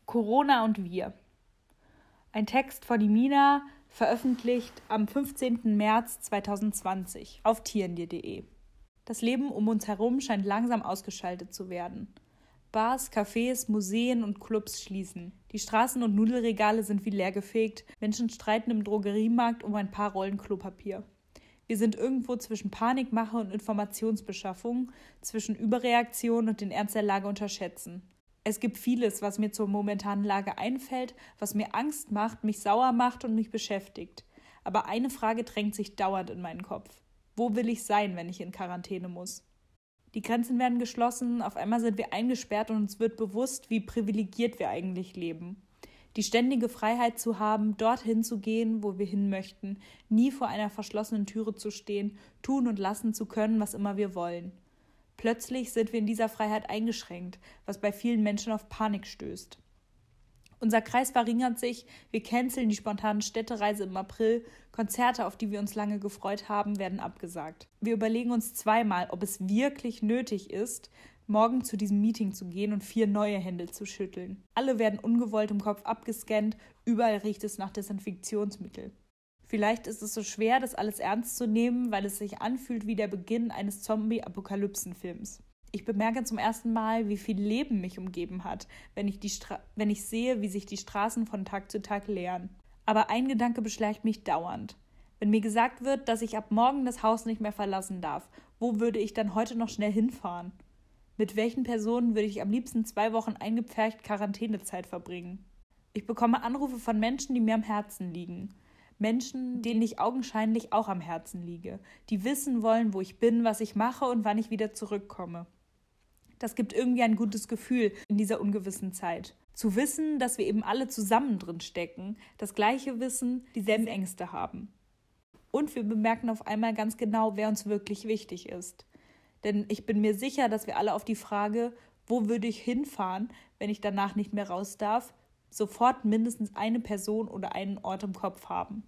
Corona und wir. Ein Text von Imina, veröffentlicht am 15. März 2020 auf tierendir.de. Das Leben um uns herum scheint langsam ausgeschaltet zu werden. Bars, Cafés, Museen und Clubs schließen. Die Straßen und Nudelregale sind wie leergefegt. Menschen streiten im Drogeriemarkt um ein paar Rollen Klopapier. Wir sind irgendwo zwischen Panikmache und Informationsbeschaffung, zwischen Überreaktion und den Ernst der Lage unterschätzen. Es gibt vieles, was mir zur momentanen Lage einfällt, was mir Angst macht, mich sauer macht und mich beschäftigt. Aber eine Frage drängt sich dauernd in meinen Kopf. Wo will ich sein, wenn ich in Quarantäne muss? Die Grenzen werden geschlossen, auf einmal sind wir eingesperrt und uns wird bewusst, wie privilegiert wir eigentlich leben. Die ständige Freiheit zu haben, dorthin zu gehen, wo wir hin möchten, nie vor einer verschlossenen Türe zu stehen, tun und lassen zu können, was immer wir wollen. Plötzlich sind wir in dieser Freiheit eingeschränkt, was bei vielen Menschen auf Panik stößt. Unser Kreis verringert sich, wir canceln die spontane Städtereise im April, Konzerte, auf die wir uns lange gefreut haben, werden abgesagt. Wir überlegen uns zweimal, ob es wirklich nötig ist, morgen zu diesem Meeting zu gehen und 4 neue Hände zu schütteln. Alle werden ungewollt im Kopf abgescannt, überall riecht es nach Desinfektionsmittel. Vielleicht ist es so schwer, das alles ernst zu nehmen, weil es sich anfühlt wie der Beginn eines Zombie-Apokalypsen-Films. Ich bemerke zum ersten Mal, wie viel Leben mich umgeben hat, wenn ich sehe, wie sich die Straßen von Tag zu Tag leeren. Aber ein Gedanke beschleicht mich dauernd. Wenn mir gesagt wird, dass ich ab morgen das Haus nicht mehr verlassen darf, wo würde ich dann heute noch schnell hinfahren? Mit welchen Personen würde ich am liebsten 2 Wochen eingepfercht Quarantänezeit verbringen? Ich bekomme Anrufe von Menschen, die mir am Herzen liegen. Menschen, denen ich augenscheinlich auch am Herzen liege, die wissen wollen, wo ich bin, was ich mache und wann ich wieder zurückkomme. Das gibt irgendwie ein gutes Gefühl in dieser ungewissen Zeit. Zu wissen, dass wir eben alle zusammen drin stecken, das gleiche Wissen, dieselben Ängste haben. Und wir bemerken auf einmal ganz genau, wer uns wirklich wichtig ist. Denn ich bin mir sicher, dass wir alle auf die Frage, wo würde ich hinfahren, wenn ich danach nicht mehr raus darf, sofort mindestens eine Person oder einen Ort im Kopf haben.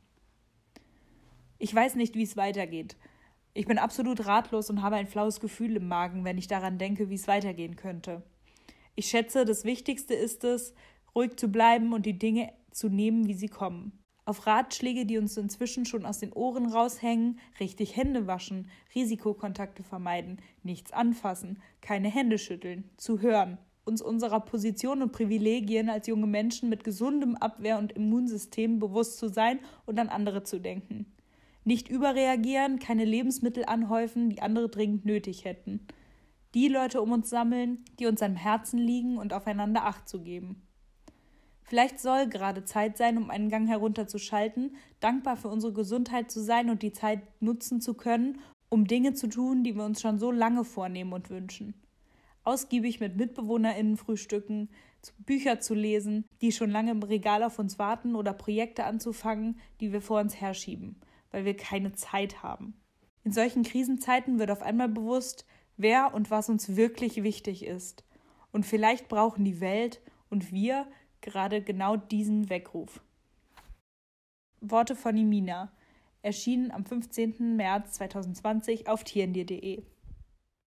Ich weiß nicht, wie es weitergeht. Ich bin absolut ratlos und habe ein flaues Gefühl im Magen, wenn ich daran denke, wie es weitergehen könnte. Ich schätze, das Wichtigste ist es, ruhig zu bleiben und die Dinge zu nehmen, wie sie kommen. Auf Ratschläge, die uns inzwischen schon aus den Ohren raushängen, richtig Hände waschen, Risikokontakte vermeiden, nichts anfassen, keine Hände schütteln, zu hören, uns unserer Position und Privilegien als junge Menschen mit gesundem Abwehr- und Immunsystem bewusst zu sein und an andere zu denken. Nicht überreagieren, keine Lebensmittel anhäufen, die andere dringend nötig hätten. Die Leute um uns sammeln, die uns am Herzen liegen und aufeinander Acht zu geben. Vielleicht soll gerade Zeit sein, um einen Gang herunterzuschalten, dankbar für unsere Gesundheit zu sein und die Zeit nutzen zu können, um Dinge zu tun, die wir uns schon so lange vornehmen und wünschen. Ausgiebig mit MitbewohnerInnen frühstücken, Bücher zu lesen, die schon lange im Regal auf uns warten oder Projekte anzufangen, die wir vor uns herschieben, weil wir keine Zeit haben. In solchen Krisenzeiten wird auf einmal bewusst, wer und was uns wirklich wichtig ist. Und vielleicht brauchen die Welt und wir gerade genau diesen Weckruf. Worte von Imina, erschienen am 15. März 2020 auf tierendir.de.